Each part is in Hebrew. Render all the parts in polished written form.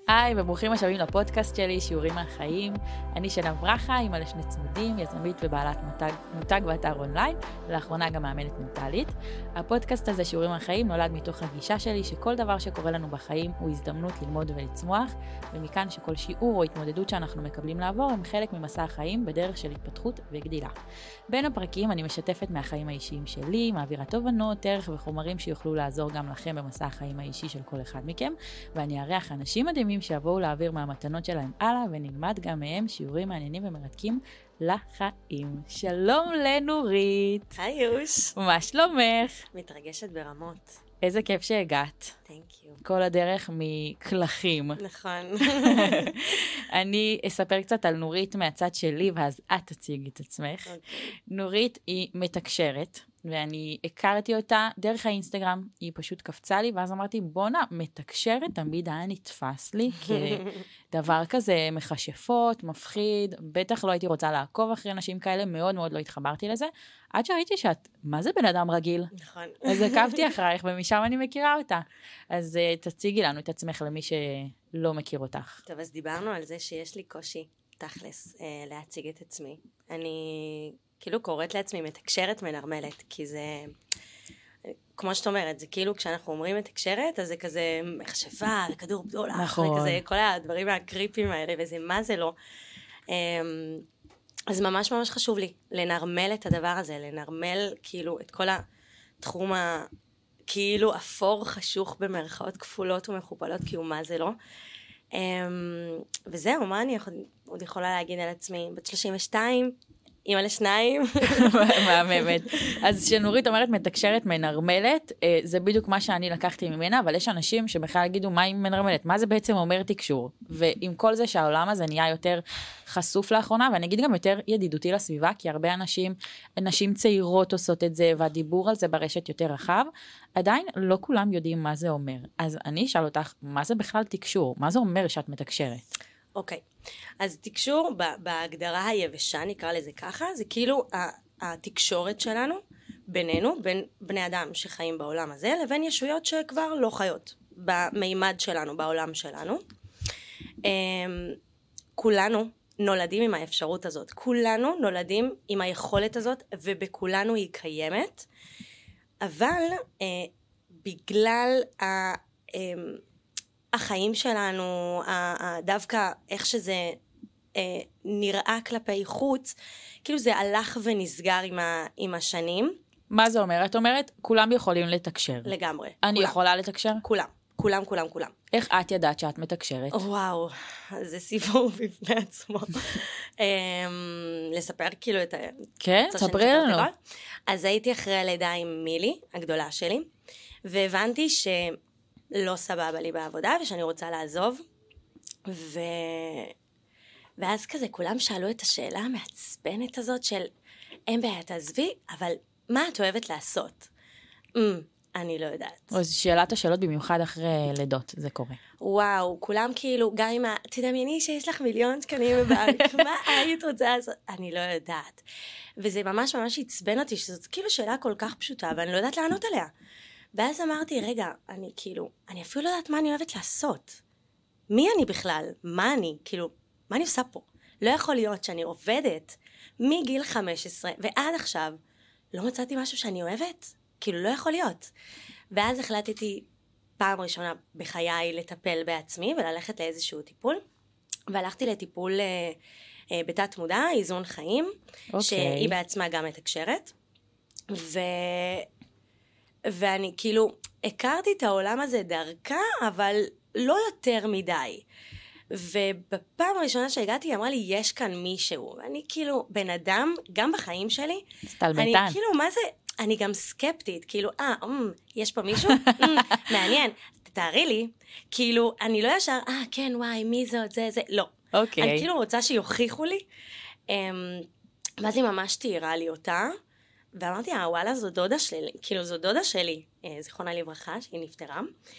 היי, וברוכים השבים לפודקאסט שלי, שיעורים מהחיים. אני שלב ברכה, אימא לשני צמודים, יזמית ובעלת מותג באתר אונליין, ולאחרונה גם מאמנת מנטלית. הפודקאסט הזה, שיעורים מהחיים, נולד מתוך הגישה שלי שכל דבר שקורה לנו בחיים הוא הזדמנות ללמוד ולצמוח, ומכאן שכל שיעור או התמודדות שאנחנו מקבלים לעבור הם חלק ממסע החיים בדרך של התפתחות וגדילה. בין הפרקים אני משתפת מהחיים האישיים שלי, מעבירה תובנות, ערך וחומרים שיוכלו לעזור גם לכם במסע החיים האישי של כל אחד מכם, ואני אארח אנשים מדהימים שיבואו להעביר מהמתנות שלהם הלאה, ונלמד גם מהם שיעורים מעניינים ומרתקים לחיים. שלום לנורית. היי יוש. מה שלומך? מתרגשת ברמות. איזה כיף שהגעת. Thank you. כל הדרך מקלחים. נכון. אני אספר קצת על נורית מהצד שלי, ואז את תציגי את עצמך. נורית היא מתקשרת, ואני הכרתי אותה דרך האינסטגרם, היא פשוט קפצה לי, ואז אמרתי, בונה, מתקשרת, תמיד היה נתפס לי, כדבר כזה מכשפות, מפחיד, בטח לא הייתי רוצה לעקוב אחרי נשים כאלה, מאוד מאוד לא התחברתי לזה, עד שראיתי שאת, מה זה בן אדם רגיל? נכון. אז עקבתי אחרייך, ומשם אני מכירה אותה. אז תציגי לנו את עצמך למי שלא מכיר אותך. טוב, אז דיברנו על זה שיש לי קושי, תכלס, להציג את עצמי. אני כאילו קוראת לעצמי מתקשרת מנרמלת, כי זה, כמו שאת אומרת, זה כאילו כשאנחנו אומרים מתקשרת, אז זה כזה מכשפה וכדור בדולח, נכון. וכזה כל הדברים הקריפים האלה, וזה מה זה לא. אז ממש ממש חשוב לי לנרמל את הדבר הזה, לנרמל כאילו את כל התחום כאילו אפור חשוך במרכאות כפולות ומכופלות, כי הוא מה זה לא. וזהו, מה אני עוד יכולה להגיד על עצמי? בת 32, אימא לשניים. מהממת. אז שנורית אומרת מתקשרת מנרמלת, זה בדיוק מה שאני לקחתי ממנה, אבל יש אנשים שבכלל יגידו מה היא מנרמלת, מה זה בעצם אומר תקשור, ועם כל זה שהעולם הזה נהיה יותר חשוף לאחרונה, ואני אגיד גם יותר ידידותי לסביבה, כי הרבה נשים צעירות עושות את זה, והדיבור על זה ברשת יותר רחב, עדיין לא כולם יודעים מה זה אומר. אז אני אשאל אותך, מה זה בכלל תקשור? מה זה אומר שאת מתקשרת? אוקיי, אז תקשור בהגדרה היבשה, נקרא לזה ככה, זה כאילו התקשורת שלנו בינינו, בין בני אדם שחיים בעולם הזה, לבין ישויות שכבר לא חיות במימד שלנו, בעולם שלנו. כולנו נולדים עם האפשרות הזאת, כולנו נולדים עם היכולת הזאת, ובכולנו היא קיימת, אבל בגלל החיים שלנו, דווקא איך שזה נראה כלפי חוץ, כאילו זה הלך ונסגר עם השנים. מה זה אומר? את אומרת, כולם יכולים לתקשר. לגמרי. אני יכולה לתקשר? כולם. איך את ידעת שאת מתקשרת? וואו, זה סיפור בפני עצמו. לספר כאילו את כן, ספרי לנו. אז הייתי אחרי הלידה עם מילי, הגדולה שלי, והבנתי לא סבבה לי בעבודה, ושאני רוצה לעזוב, ואז כזה כולם שאלו את השאלה המעצבנת הזאת של, אין בעיה תעזבי, אבל מה את אוהבת לעשות? אני לא יודעת. אז שאלת השאלות במיוחד אחרי לידות, זה קורה. וואו, כולם כאילו, גם עם תדמייני שיש לך מיליון שקלים בבנק, מה היית רוצה לעשות? אני לא יודעת. וזה ממש ממש עצבן אותי, שזאת כאילו שאלה כל כך פשוטה, ואני לא יודעת לענות עליה. ואז אמרתי, רגע, אני אפילו לא יודעת מה אני אוהבת לעשות. מי אני בכלל? מה אני? כאילו, מה אני עושה פה? לא יכול להיות שאני עובדת מגיל 15 ועד עכשיו, לא מצאתי משהו שאני אוהבת? כאילו, לא יכול להיות. ואז החלטתי פעם ראשונה בחיי לטפל בעצמי וללכת לאיזשהו טיפול, והלכתי לטיפול בתת מודע, איזון חיים, שהיא בעצמה גם מתקשרת, ואני כאילו הכרתי את העולם הזה דרכה, אבל לא יותר מדי. ובפעם הראשונה שהגעתי, היא אמרה לי, יש כאן מישהו. ואני כאילו בן אדם, גם בחיים שלי, סטלמתן. אני כאילו, מה זה? אני גם סקפטית, כאילו, יש פה מישהו? בריא, תתארי לי. כאילו, אני לא ישר, כן, וואי, מי זאת, זה, לא. אוקיי. אני כאילו רוצה שיוכיחו לי. ואז היא ממש תיארה לי אותה, ואמרתי, וואלה, זו דודה שלי, כאילו, זו דודה שלי, זיכרונה לברכה, שהיא נפטרה.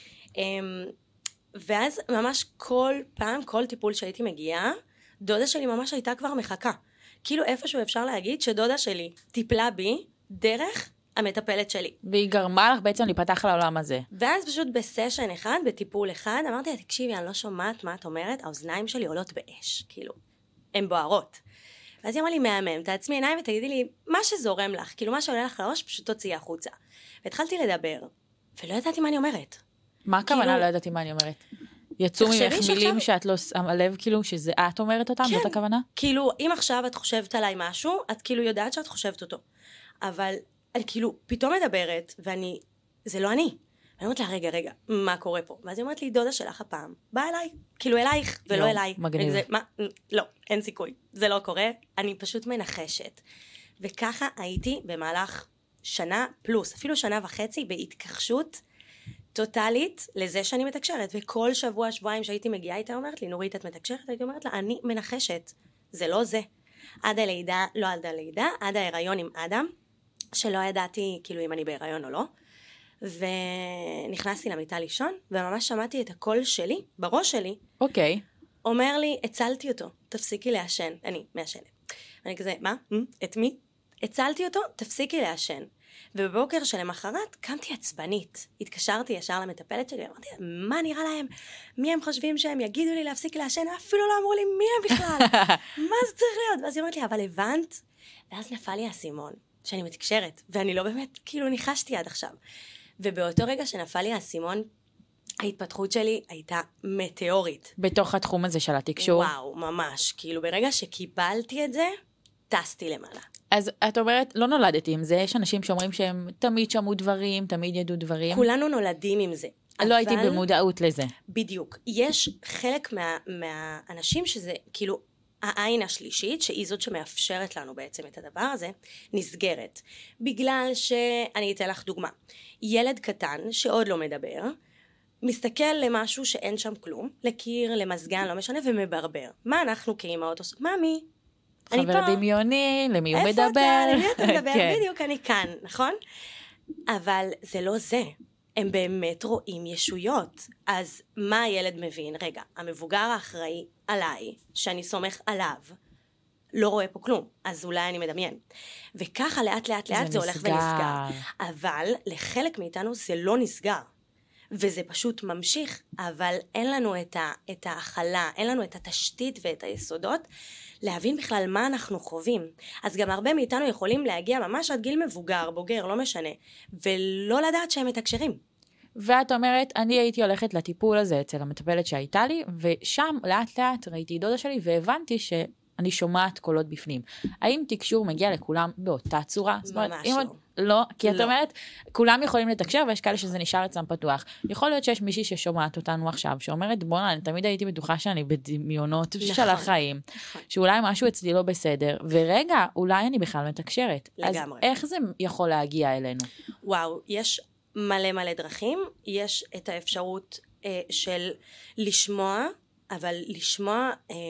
ואז ממש כל פעם, כל טיפול שהייתי מגיעה, דודה שלי ממש הייתה כבר מחכה. כאילו איפשהו אפשר להגיד שדודה שלי טיפלה בי דרך המטפלת שלי. והיא גרמה לך בעצם להיפתח לעולם הזה. ואז פשוט בסשן אחד, בטיפול אחד, אמרתי לה, תקשיבי, אני לא שומעת מה את אומרת, האוזניים שלי עולות באש, כאילו, הן בוערות. ואז היא אמרה לי, מהמם, תעצמי עיניים ותגידי לי, מה שזורם לך, כאילו מה שעולה לך לראש, פשוט תוציאי החוצה. והתחלתי לדבר, ולא ידעתי מה אני אומרת. מה הכוונה? לא ידעתי מה אני אומרת. יצאו ממך מילים שאת לא שמה לב, כאילו, שזה את אומרת אותם, זאת הכוונה? כאילו, אם עכשיו את חושבת עליי משהו, את כאילו יודעת שאת חושבת אותו. אבל אני כאילו פתאום מדברת, זה לא אני. אני אומרת לה, רגע, מה קורה פה? ואז היא אומרת לי, דודה שלך הפעם, באה אליי, כאילו אלייך ולא אליי. מגניב. לא, אין סיכוי, זה לא קורה, אני פשוט מנחשת. וככה הייתי במהלך שנה פלוס, אפילו שנה וחצי, בהתכחשות טוטלית לזה שאני מתקשרת. וכל שבוע, שבועיים שהייתי מגיעה איתה, אומרת לי, נורית, את מתקשרת? הייתי אומרת לה, אני מנחשת, זה לא זה. עד הלידה, לא עד הלידה, עד ההיריון עם אדם, שלא ידעתי כאילו אם אני בהיריון או לא. ונכנסתי למיטה לישון, וממש שמעתי את הקול שלי, בראש שלי. אוקיי. אומר לי, הצלתי אותו, תפסיקי לעשן. אני מעשנת. ואני כזה, מה? את מי? הצלתי אותו, תפסיקי לעשן. ובבוקר שלמחרת קמתי עצבנית. התקשרתי ישר למטפלת שלי, אמרתי, מה נראה להם? מי הם חושבים שהם יגידו לי להפסיק לעשן? אפילו לא אמרו לי מי הם בכלל. מה זה צריך להיות? ואז היא אומרת לי, אבל הבנת? ואז נפל לי האסימון, שאני מתקשרת, ואני לא באמת, כאילו ניחשתי עד עכשיו. ובאותו רגע שנפל לי האסימון, ההתפתחות שלי הייתה מטאורית. בתוך התחום הזה של התקשור. וואו, ממש. כאילו ברגע שקיבלתי את זה, טסתי למעלה. אז את אומרת, לא נולדתי עם זה, יש אנשים שאומרים שהם תמיד שמעו דברים, תמיד ידעו דברים. כולנו נולדים עם זה. לא הייתי במודעות לזה. בדיוק. יש חלק מהאנשים שזה, כאילו, העין השלישית, שהיא זאת שמאפשרת לנו בעצם את הדבר הזה, נסגרת. בגלל שאני אתן לך דוגמה. ילד קטן שעוד לא מדבר, מסתכל למשהו שאין שם כלום, לקיר, למזגן, לא משנה, ומברבר. מה אנחנו כאימהות עושות? ממי, חבר דמיוני, למי הוא מדבר? איפה אתה? למי אתה מדבר? בדיוק, אני כאן, נכון? אבל זה לא זה. הם באמת רואים ישויות. אז מה הילד מבין? רגע, המבוגר האחראי עליי, שאני סומך עליו, לא רואה פה כלום. אז אולי אני מדמיין. וככה לאט לאט לאט זה הולך ונסגר. אבל לחלק מאיתנו זה לא נסגר. וזה פשוט ממשיך, אבל אין לנו את ההכלה, אין לנו את התשתית ואת היסודות, להבין בכלל מה אנחנו חווים. אז גם הרבה מאיתנו יכולים להגיע ממש עד גיל מבוגר, בוגר, לא משנה, ולא לדעת שהם מתקשרים. ואת אומרת, אני הייתי הולכת לטיפול הזה אצל המטפלת שהייתה לי, ושם לאט לאט ראיתי דודה שלי, והבנתי שאני שומעת קולות בפנים. האם תקשור מגיע לכולם באותה צורה? ממש לא. לא, כי את אומרת, כולם יכולים לתקשר, ויש כאלה שזה נשאר אצלם פתוח. יכול להיות שיש מישהי ששומעת אותנו עכשיו, שאומרת, בוא'נה, אני תמיד הייתי בטוחה שאני בדמיונות של החיים, שאולי משהו אצלי לא בסדר, ורגע, אולי אני בכלל מתקשרת. לגמרי. אז איך זה יכול להגיע אלינו? וואו, יש מלא דרכים, יש את האפשרות של לשמוע, אבל לשמוע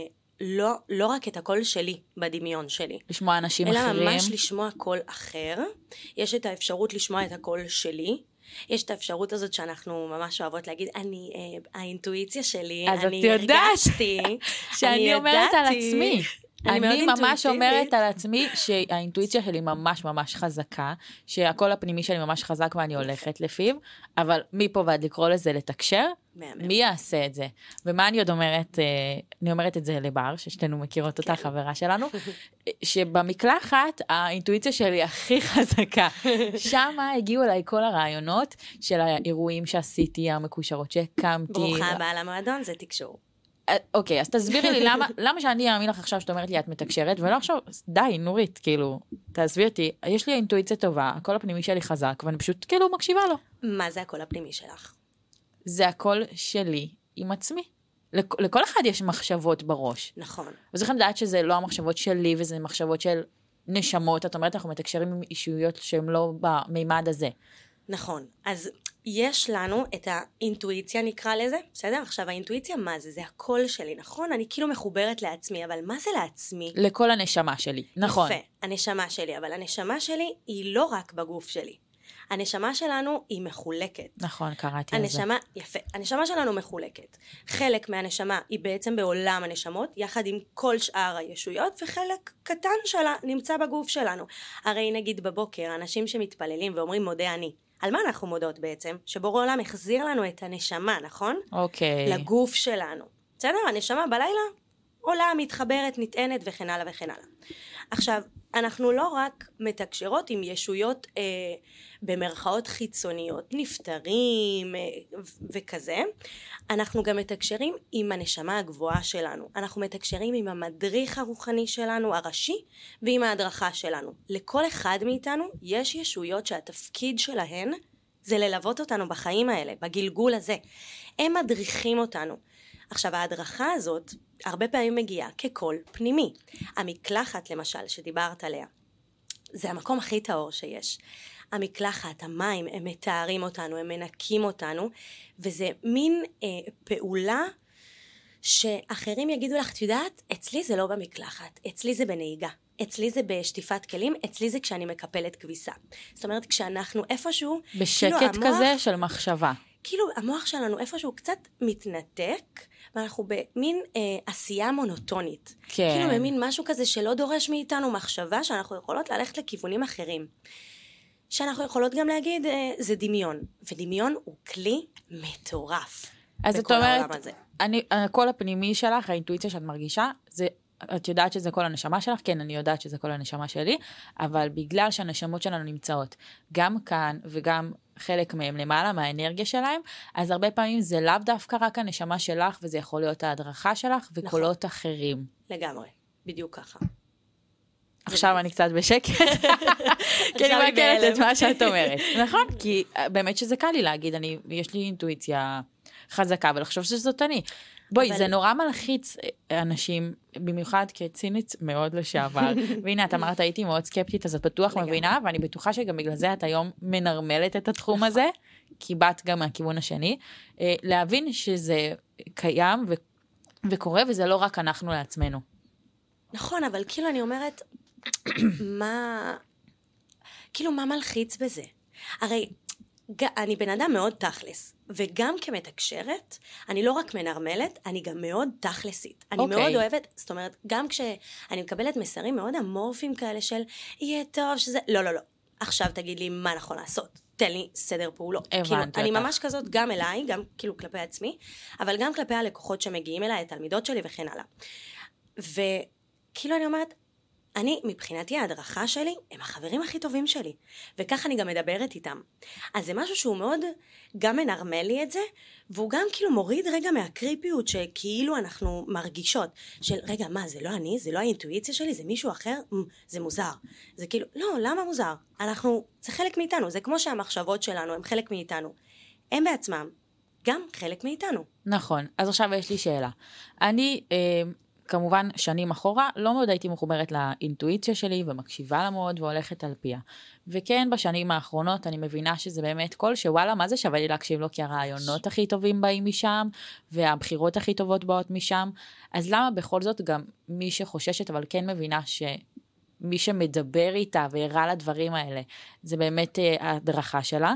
לא רק את הקול שלי בדמיון שלי. לשמוע אנשים אחרים. אלא ממש לשמוע קול אחר. יש את האפשרות לשמוע את הקול שלי. יש את האפשרות הזאת שאנחנו ממש אוהבות להגיד, האינטואיציה שלי, אני הרגשתי. שאני אומרת על עצמי. אני ממש אומרת על עצמי שהאינטואיציה שלי ממש ממש חזקה, שהקול הפנימי שלי ממש חזק ואני הולכת לפיו, אבל מפה ועד לקרוא לזה לתקשר, מי יעשה את זה? ומה אני עוד אומרת, אני אומרת את זה לבר, ששתינו מכירות אותה, חברה שלנו, שבמקלחת האינטואיציה שלי הכי חזקה. שמה הגיעו אליי כל הרעיונות של האירועים שעשיתי, המקושרות שהקמתי. ברוכה הבאה למועדון, זה תקשור. אוקיי, אז תסבירי לי למה שאני אאמין לך עכשיו שאת אומרת לי את מתקשרת, ולא עכשיו, די, נורית, כאילו, תעזבי אותי, יש לי אינטואיציה טובה, הקול הפנימי שלי חזק, ואני פשוט כאילו מקשיבה לו. מה זה הקול הפנימי שלך? זה הקול שלי עם עצמי. לכל אחד יש מחשבות בראש. נכון. אז איך אני יודעת שזה לא המחשבות שלי, וזה מחשבות של נשמות, את אומרת, אנחנו מתקשרים עם אישויות שהן לא במימד הזה. נכון, אז יש לנו את האינטואיציה נקרא לזה, בסדר? עכשיו האינטואיציה מה זה? זה הקול שלי, נכון? אני כאילו מחוברת לעצמי, אבל מה זה לעצמי? לכל הנשמה שלי, נכון. יפה, הנשמה שלי, אבל הנשמה שלי היא לא רק בגוף שלי. הנשמה שלנו היא מחולקת. נכון, קראתי על זה. יפה. הנשמה שלנו מחולקת. חלק מהנשמה היא בעצם בעולם הנשמות, יחד עם כל שאר הישויות, וחלק קטן שלה נמצא בגוף שלנו. הרי נגיד בבוקר, אנשים שמתפללים ואומרים מודה אני. על מה אנחנו מודות בעצם? שבורא עולם החזיר לנו את הנשמה, נכון? אוקיי. לגוף שלנו. בסדר? הנשמה בלילה עולה, מתחברת, נטענת וכן הלאה וכן הלאה. עכשיו, אנחנו לא רק מתקשרות עם ישויות במרכאות חיצוניות, נפטרים וכזה, אנחנו גם מתקשרים עם הנשמה הגבוהה שלנו. אנחנו מתקשרים עם המדריך הרוחני שלנו, הראשי, ועם ההדרכה שלנו. לכל אחד מאיתנו יש ישויות שהתפקיד שלהן זה ללוות אותנו בחיים האלה, בגלגול הזה. הם מדריכים אותנו. עכשיו, ההדרכה הזאת הרבה פעמים מגיעה כקול פנימי. המקלחת, למשל, שדיברת עליה, זה המקום הכי טהור שיש. המקלחת, המים, הם מתארים אותנו, הם מנקים אותנו, וזה מין פעולה שאחרים יגידו לך, את יודעת, אצלי זה לא במקלחת, אצלי זה בנהיגה, אצלי זה בשטיפת כלים, אצלי זה כשאני מקפלת כביסה. זאת אומרת, כשאנחנו איפשהו... בשקט כאילו כזה של מחשבה. כאילו המוח שלנו איפשהו קצת מתנתק, ואנחנו במין עשייה מונוטונית. כן. כאילו במין משהו כזה שלא דורש מאיתנו מחשבה, שאנחנו יכולות ללכת לכיוונים אחרים. שאנחנו יכולות גם להגיד, זה דמיון. ודמיון הוא כלי מטורף. אז זאת אומרת, הקול הפנימי שלך, האינטואיציה שאת מרגישה, זה... את יודעת שזה כל הנשמה שלך? כן, אני יודעת שזה כל הנשמה שלי, אבל בגלל שהנשמות שלנו נמצאות גם כאן וגם חלק מהם למעלה מהאנרגיה שלהם, אז הרבה פעמים זה לאו דווקא רק הנשמה שלך, וזה יכול להיות ההדרכה שלך וקולות נכון. אחרים. לגמרי, בדיוק ככה. עכשיו אני קצת בשקט, כי אני מעגלת את מה שאת אומרת. נכון? כי באמת שזה קל לי להגיד, יש לי אינטואיציה חזקה, ולחשוב שזאת אני. בואי, זה נורא מלחיץ אנשים, במיוחד כצינית מאוד לשעבר. והנה, את אמרת, הייתי מאוד סקפטית, אז את בטוח מבינה, ואני בטוחה שגם בגלל זה את היום מנרמלת את התחום הזה, כי באת גם מהכיוון השני, להבין שזה קיים וקורה, וזה לא רק אנחנו לעצמנו. נכון, אבל כאילו אני אומרת, מה מלחיץ בזה? הרי אני בן אדם מאוד תכלס, וגם כמתקשרת, אני לא רק מנרמלת, אני גם מאוד תכלסית. אני מאוד אוהבת, זאת אומרת, גם כשאני מקבלת מסרים מאוד אמורפיים כאלה של, יהיה טוב שזה, לא. עכשיו תגיד לי מה נכון לעשות. תן לי סדר פעולות. כאילו, אני ממש כזאת גם אליי, גם כאילו כלפי עצמי, אבל גם כלפי הלקוחות שמגיעים אליי, התלמידות שלי וכן הלאה. וכאילו אני אומרת, אני, מבחינתי, ההדרכה שלי, הם החברים הכי טובים שלי. וכך אני גם מדברת איתם. אז זה משהו שהוא מאוד גם מנרמל לי את זה, והוא גם כאילו מוריד רגע מהקריפיות שכאילו אנחנו מרגישות. של רגע, מה, זה לא אני? זה לא האינטואיציה שלי? זה מישהו אחר? זה מוזר. זה כאילו, לא, למה מוזר? זה חלק מאיתנו. זה כמו שהמחשבות שלנו, הם חלק מאיתנו. הם בעצמם גם חלק מאיתנו. נכון. אז עכשיו יש לי שאלה. אני... כמובן, שנים אחורה, לא מאוד הייתי מחוברת לאינטואיציה שלי, ומקשיבה לה מאוד, והולכת על פיה. וכן, בשנים האחרונות, אני מבינה שזה באמת כל שוואלה, מה זה שווה לי להקשיב לו? כי הרעיונות הכי טובים באים משם, והבחירות הכי טובות באות משם. אז למה בכל זאת גם מי שחוששת, אבל כן מבינה שמי שמדבר איתה והראה לדברים האלה, זה באמת ההדרכה שלה.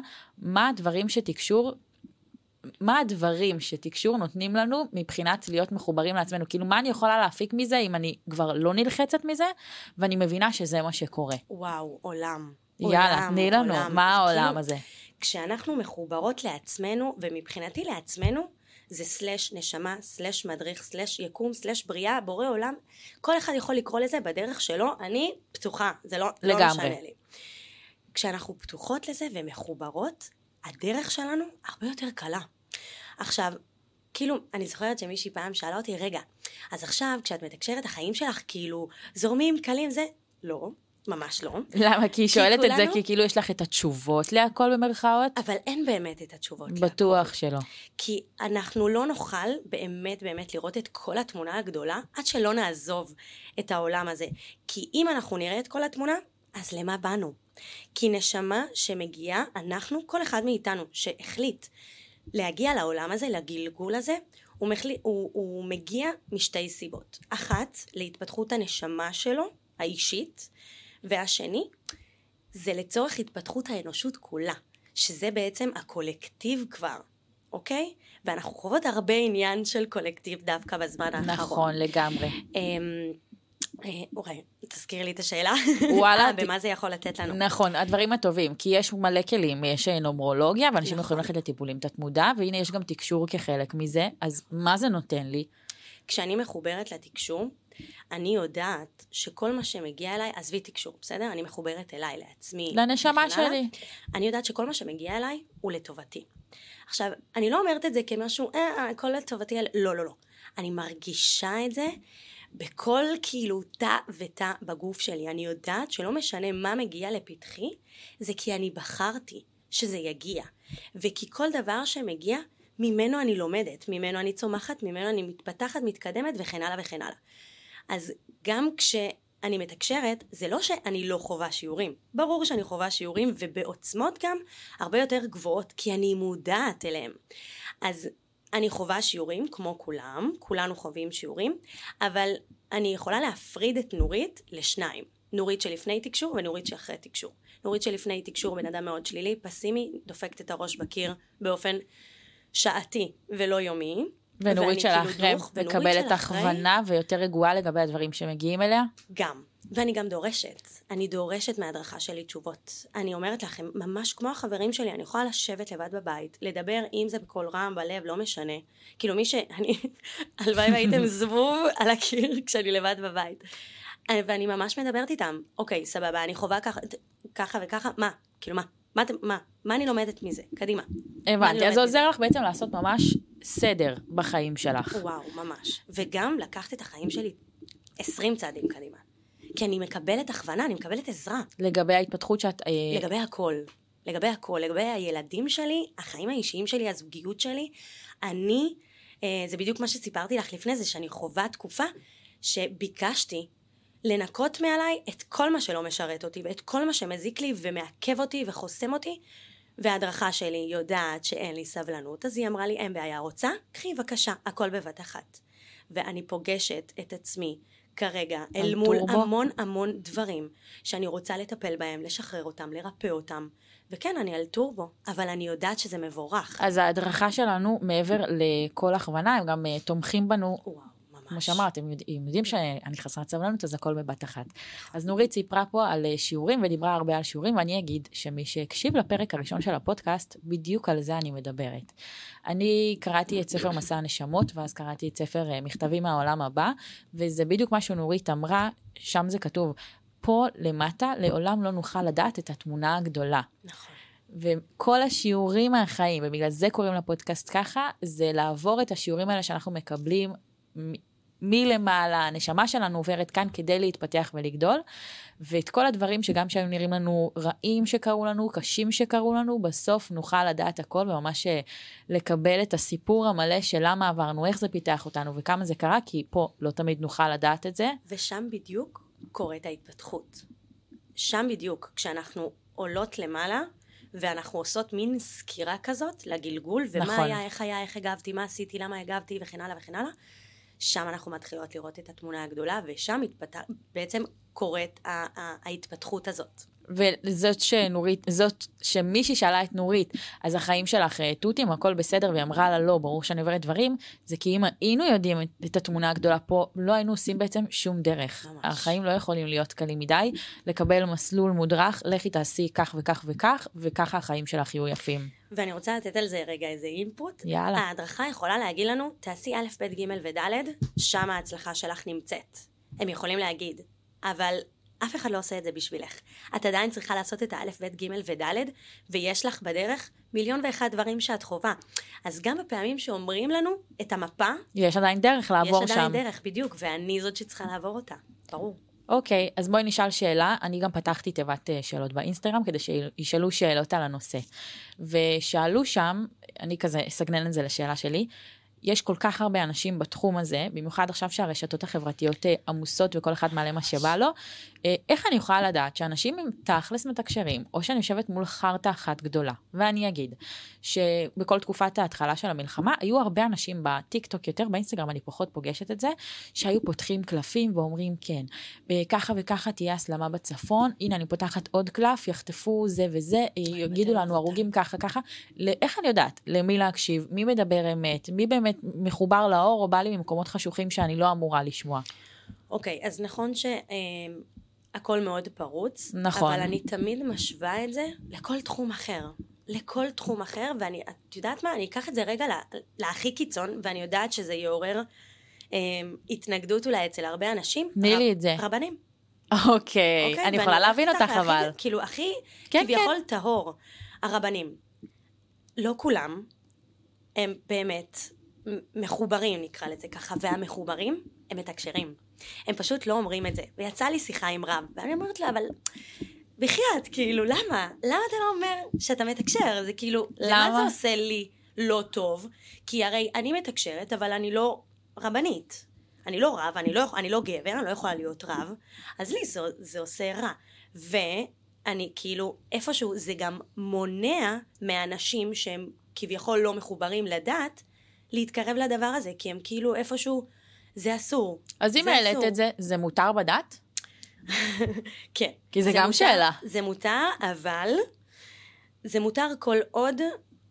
מה הדברים שתקשור נותנים לנו מבחינת להיות מחוברים לעצמנו? כאילו, מה אני יכולה להפיק מזה אם אני כבר לא נלחצת מזה, ואני מבינה שזה מה שקורה? וואו, עולם. יאללה, תני לנו, מה העולם הזה? כשאנחנו מחוברות לעצמנו, ומבחינתי לעצמנו, זה סלש נשמה, סלש מדריך, סלש יקום, סלש בריאה, בורא עולם. כל אחד יכול לקרוא לזה בדרך שלו, אני פתוחה, זה לא משנה לי. כשאנחנו פתוחות לזה ומחוברות, הדרך שלנו הרבה יותר קלה. עכשיו, כאילו, אני זוכרת שמישהי פעם שאלה אותי, רגע, אז עכשיו כשאת מתקשרת החיים שלך, כאילו, זורמים, קלים, זה? לא, ממש לא. למה? כי היא שואלת את זה, כי כאילו יש לך את התשובות להכל במרכאות? אבל אין באמת את התשובות להכל. בטוח שלא. כי אנחנו לא נוכל באמת לראות את כל התמונה הגדולה, עד שלא נעזוב את העולם הזה. כי אם אנחנו נראה את כל התמונה, אז למה באנו? כי נשמה שמגיעה, כל אחד מאיתנו שהחליט להגיע לעולם הזה, לגלגול הזה, הוא מגיע משתי סיבות. אחת, להתפתחות הנשמה שלו, האישית, והשני, זה לצורך התפתחות האנושות כולה, שזה בעצם הקולקטיב כבר, אוקיי? ואנחנו חוות הרבה עניין של קולקטיב דווקא בזמן האחרון. נכון, לגמרי. אוקיי, תזכיר לי את השאלה. וואלה. במה זה יכול לתת לנו? נכון, הדברים הטובים, כי יש מלא כלים, יש נומרולוגיה, ואנשים נכון. יכולים ללכת לטיפולים תת-מודע, והנה יש גם תקשור כחלק מזה, אז מה זה נותן לי? כשאני מחוברת לתקשור, אני יודעת שכל מה שמגיע אליי, עזבי תקשור, בסדר? אני מחוברת אליי, לעצמי. לנשמה שלי. אני יודעת שכל מה שמגיע אליי הוא לטובתי. עכשיו, אני לא אומרת את זה כמשהו, כל לטובתי, לא, לא, לא. אני מרגישה את זה בכל כאילו תא ותא בגוף שלי. אני יודעת שלא משנה מה מגיע לפתחי, זה כי אני בחרתי שזה יגיע. וכי כל דבר שמגיע, ממנו אני לומדת, ממנו אני צומחת, ממנו אני מתפתחת, מתקדמת וכן הלאה וכן הלאה. אז גם כשאני מתקשרת, זה לא שאני לא חובה שיעורים. ברור שאני חובה שיעורים, ובעוצמות גם הרבה יותר גבוהות, כי אני מודעת אליהם. אז אני חובה שיעורים, כמו כולם, כולנו חווים שיעורים, אבל אני יכולה להפריד את נורית לשניים. נורית שלפני תקשור ונורית שאחרי תקשור. נורית שלפני תקשור, בן אדם מאוד שלילי, פסימי, דופקת את הראש בקיר באופן שעתי ולא יומי. ונורית של האחרי מקבלת הכוונה ויותר רגועה לגבי הדברים שמגיעים אליה? גם. ואני גם דורשת. אני דורשת מההדרכה שלי תשובות. אני אומרת לכם, ממש כמו החברים שלי, אני יכולה לשבת לבד בבית, לדבר אם זה בכל רם, בלב, לא משנה. כאילו מי שאני, הלוואי והייתם זבוב על הקיר כשאני לבד בבית. ואני ממש מדברת איתם. אוקיי, סבבה, אני חובה ככה וככה, מה? כאילו מה אני לומדת מזה? קדימה. הבנתי, אז זה עוזר לך בעצם לעשות ממש סדר בחיים שלך. וואו, ממש. וגם לקחת את החיים שלי 20 צעדים קדימה. כי אני מקבלת הכוונה, אני מקבלת עזרה. לגבי ההתפתחות שאת... לגבי הכל. לגבי הכל. לגבי הילדים שלי, החיים האישיים שלי, הזוגיות שלי. אני, זה בדיוק מה שסיפרתי לך לפני זה, שאני חובה תקופה שביקשתי לנקות מעליי את כל מה שלא משרת אותי, ואת כל מה שמזיק לי ומעכב אותי וחוסם אותי, וההדרכה שלי יודעת שאין לי סבלנות, אז היא אמרה לי, אין בעיה, רוצה? קחי בבקשה, הכל בבת אחת. ואני פוגשת את עצמי כרגע אל מול המון המון דברים שאני רוצה לטפל בהם, לשחרר אותם, לרפא אותם. וכן, אני על טורבו, אבל אני יודעת שזה מבורך. אז ההדרכה שלנו, מעבר לכל הכוונה, הם גם תומכים בנו. וואו. כמו שאמרת, הם יודעים שאני חסרת סבלנות, אז הכל בבת אחת. אז נורית סיפרה פה על שיעורים, ודיברה הרבה על שיעורים, ואני אגיד שמי שהקשיב לפרק הראשון של הפודקאסט, בדיוק על זה אני מדברת. אני קראתי את ספר מסע הנשמות, ואז קראתי את ספר מכתבים מהעולם הבא, וזה בדיוק מה שנורית אמרה, שם זה כתוב, פה למטה לעולם לא נוכל לדעת את התמונה הגדולה. נכון. וכל השיעורים מהחיים, ובגלל זה קוראים לפודקאסט ככה, זה לעבור את השיעורים האלה שאנחנו מקבלים מלמעלה, הנשמה שלנו עוברת כאן כדי להתפתח ולגדול, ואת כל הדברים שגם שהיו נראים לנו רעים שקרו לנו, קשים שקרו לנו, בסוף נוכל לדעת הכל, וממש לקבל את הסיפור המלא של למה עברנו, איך זה פיתח אותנו, וכמה זה קרה, כי פה לא תמיד נוכל לדעת את זה. ושם בדיוק קורית ההתפתחות. שם בדיוק, כשאנחנו עולות למעלה, ואנחנו עושות מין סקירה כזאת לגלגול, ומה נכון. היה, איך הגבתי, מה עשיתי, למה הגבתי, וכן הלאה וכן הלאה. שם אנחנו מתחילות לראות את התמונה הגדולה, ושם בעצם קורית ההתפתחות הזאת. וזאת שנורית, זאת שמישהי שאלה את נורית, אז החיים שלך תותים, הכל בסדר, והיא אמרה לה לא, ברור שאני עוברת דברים, זה כי אם היינו יודעים את התמונה הגדולה פה, לא היינו עושים בעצם שום דרך. ממש. החיים לא יכולים להיות קלים מדי, לקבל מסלול מודרך, לכי תעשי כך וכך וכך, וככה החיים שלך יהיו יפים. ואני רוצה לתת על זה רגע איזה אינפוט. יאללה. ההדרכה יכולה להגיד לנו, תעשי א', ב', ג' וד', שם ההצלחה שלך נמצאת. הם יכולים להגיד, אבל אף אחד לא עושה את זה בשבילך. את עדיין צריכה לעשות את האלף, ב', ג' וד', ויש לך בדרך 1,001,000 דברים שאת חובה. אז גם בפעמים שאומרים לנו את המפה, יש עדיין דרך לעבור שם. יש עדיין דרך, בדיוק, ואני זאת שצריכה לעבור אותה. ברור. אוקיי, אז בואי נשאל שאלה. אני גם פתחתי תיבת שאלות באינסטגרם, כדי שישאלו שאלות על הנושא. ושאלו שם, אני כזה אסגנן את זה לשאלה שלי, יש כל כך הרבה אנשים בתחום הזה, במיוחד עכשיו שהרשתות החברתיות עמוסות וכל אחד מעלה מה שבא לו, איך אני יכולה לדעת שאנשים עם תכלס מתקשרים, או שאני יושבת מול חרטה אחת גדולה, ואני אגיד שבכל תקופת ההתחלה של המלחמה, היו הרבה אנשים בטיקטוק יותר, באינסטגרם אני פחות פוגשת את זה, שהיו פותחים קלפים ואומרים כן, ככה וככה תהיה הסלמה בצפון, הנה אני פותחת עוד קלף, יחטפו זה וזה, יגידו לנו הרוגים ככה ככה, איך אני יודעת? למי להקשיב? מי מדבר אמת? מי באמת מחובר לאור או בא לי ממקומות חשוכים שאני לא אמורה לשמוע? אוקיי, אז נכון שהכל מאוד פרוץ, נכון. אבל אני תמיד משווה את זה לכל תחום אחר. לכל תחום אחר, ואני, את יודעת מה? אני אקח את זה רגע להכי קיצון, ואני יודעת שזה יעורר התנגדות אולי אצל הרבה אנשים. תני לי את זה. רבנים. אוקיי, אני יכולה להבין אותך אבל. כאילו, הכי כביכול טהור. הרבנים. לא כולם הם באמת מחוברים, נקרא לזה ככה, והמחוברים הם מתקשרים. הם פשוט לא אומרים את זה. ויצא לי שיחה עם רב, ואני אומרת לה, אבל בחייאת, כאילו, למה? למה אתה לא אומר שאתה מתקשר? זה כאילו, למה זה עושה לי לא טוב? כי הרי אני מתקשרת, אבל אני לא רבנית. אני לא רב, אני לא גבר, אני לא יכולה להיות רב, אז לי זה עושה רע. ואני כאילו, איפשהו זה גם מונע מאנשים שהם כביכול לא מחוברים לדת, להתקרב לדבר הזה, כי הם כאילו איפשהו, זה אסור. אז אם העלית את זה, זה מותר בדת? כן. כי זה גם מותר, שאלה. זה מותר, אבל זה מותר כל עוד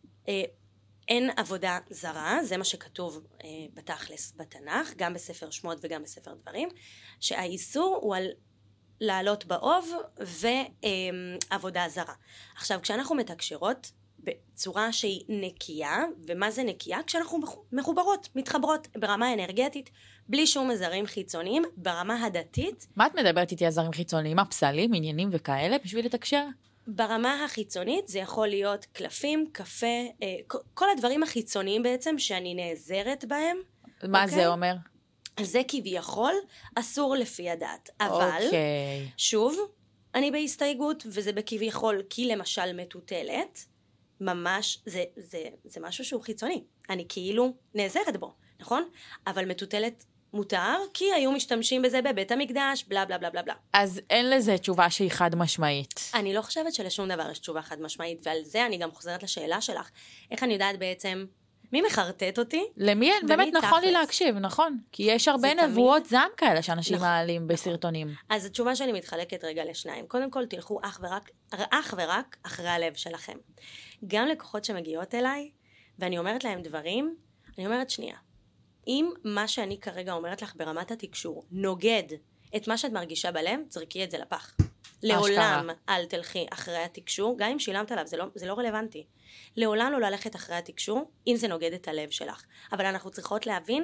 אין עבודה זרה, זה מה שכתוב בתכלס בתנ"ך, גם בספר שמות וגם בספר דברים, שהאיסור הוא על לעלות באוב ועבודה זרה. עכשיו, כשאנחנו מתקשרות בצורה שהיא נקייה, ומה זה נקייה? כשאנחנו מחוברות, מתחברות ברמה אנרגטית, בלי שום עזרים חיצוניים, ברמה הדתית. מה את מדברת איתי עזרים חיצוניים? הפסלים, עניינים וכאלה, בשביל לתקשר? ברמה החיצונית זה יכול להיות קלפים, קפה, כל הדברים החיצוניים בעצם שאני נעזרת בהם. מה זה אומר? זה כביכול אסור לפי הדת. אבל, שוב, אני בהסתייגות, וזה בכביכול, כי למשל מטוטלת, ממש, זה משהו שהוא חיצוני. אני כאילו נעזרת בו, נכון? אבל מטוטלת מותר, כי היו משתמשים בזה בבית המקדש, בלה בלה בלה בלה בלה. אז אין לזה תשובה שהיא חד משמעית. אני לא חושבת שלשום דבר יש תשובה חד משמעית, ועל זה אני גם חוזרת לשאלה שלך. איך אני יודעת בעצם, מי מחרטט אותי? למי אין? באמת נכון לי להקשיב, נכון? כי יש הרבה נבואות זעם כאלה שאנשים מעלים בסרטונים. אז התשובה שלי מתחלקת רגע לשניים. קודם כל, תלכו אך ורק אחרי הלב שלכם. גם לקוחות שמגיעות אליי, ואני אומרת להם דברים, אני אומרת שנייה. אם מה שאני כרגע אומרת לך ברמת התקשור נוגד את מה שאת מרגישה בלב, זרקי את זה לפח. לעולם אל תלכי אחרי התקשור, גם אם שילמת עליו, זה לא רלוונטי. לעולם לא ללכת אחרי התקשור, אם זה נוגד את הלב שלך. אבל אנחנו צריכות להבין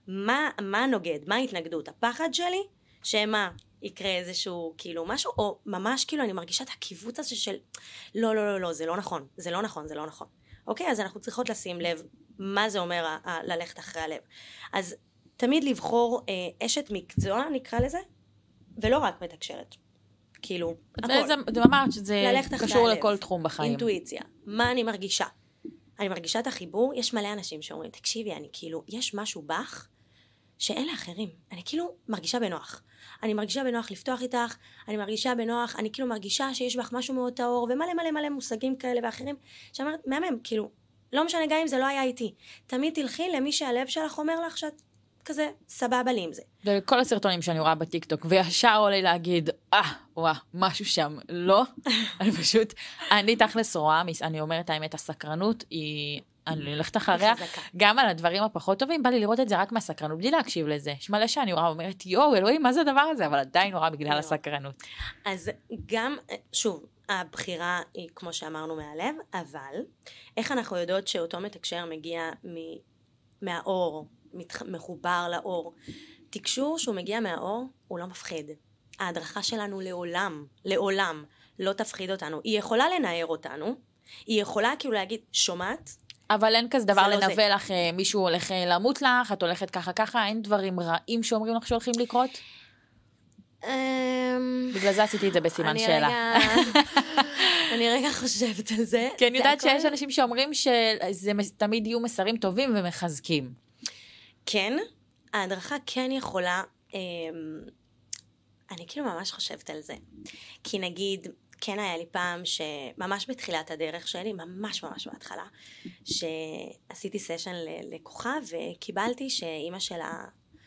מה נוגד, מה ההתנגדות. הפחד שלי, שמה יקרה איזשהו כאילו משהו, או ממש כאילו אני מרגישה את הקיבוץ הזה של לא, זה לא נכון, זה לא נכון, זה לא נכון. אוקיי, אז אנחנו צריכות לשים לב מה זה אומר ללכת אחרי הלב. אז תמיד לבחור אשת מקצוע, נקרא לזה, ולא רק מתקשרת. כאילו, הכל. זה ממש, זה קשור לכל תחום בחיים. אינטואיציה. מה אני מרגישה? אני מרגישה את החיבור, יש מלא אנשים שאומרים, תקשיבי, אני כאילו, יש משהו בך שאין לאחרים. אני כאילו מרגישה בנוח. אני מרגישה בנוח לפתוח איתך, אני מרגישה בנוח, אני כאילו מרגישה שיש בך משהו מאוד טהור, ומלא מלא מלא מושגים כאלה ואחרים, שאומרת, מהמם, כאילו, לא משנה גם אם זה לא היה איתי. תמיד תלכי למי שהלב שלך אומר לך שאת כזה סבבה לי עם זה. וכל הסרטונים שאני רואה בטיקטוק, וישר עולה להגיד, משהו שם, לא. אני פשוט, אני תכלס רואה, אני אומרת האמת, הסקרנות היא, אני הולכת אחריה, גם על הדברים הפחות טובים, בא לי לראות את זה רק מהסקרנות, בלי להקשיב לזה. יש מלא שאני רואה, אומרת, אלוהים, מה זה הדבר הזה? אבל עדיין רואה בגלל הסקרנות. אז גם, שוב, הבחירה היא, כמו שאמרנו, מהלב, אבל איך אנחנו יודעות שאותו מתקשר מגיע מהאור, מחובר לאור? תקשור שהוא מגיע מהאור, הוא לא מפחיד. ההדרכה שלנו לעולם לא תפחיד אותנו. היא יכולה לנער אותנו, היא יכולה כאילו להגיד, שומעת? אבל אין כזה דבר לנבא לך, מישהו הולך למות לך, את הולכת ככה, אין דברים רעים שאומרים לך שהולכים לקרות? בגלל זה עשיתי את זה בסימן שאלה. אני רגע חושבת על זה. כי אני יודעת שיש אנשים שאומרים שזה תמיד יהיו מסרים טובים ומחזקים. כן, ההדרכה כן יכולה, אני כאילו ממש חושבת על זה. כי נגיד, כן היה לי פעם שממש בתחילת הדרך שלי, ממש בהתחלה, שעשיתי סשן ללקוחה וקיבלתי שאימא שלה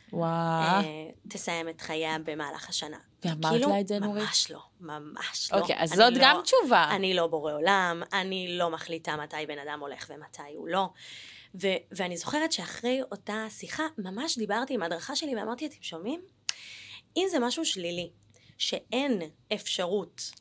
תסיים את חייה במהלך השנה. ואמרת לה את זה, נורית? ממש לא. אוקיי, אז זאת גם תשובה. אני לא בורא עולם, אני לא מחליטה מתי בן אדם הולך ומתי הוא לא. ואני זוכרת שאחרי אותה שיחה, ממש דיברתי עם ההדרכה שלי ואמרתי, אתם שומעים? אם זה משהו שלילי, שאין אפשרות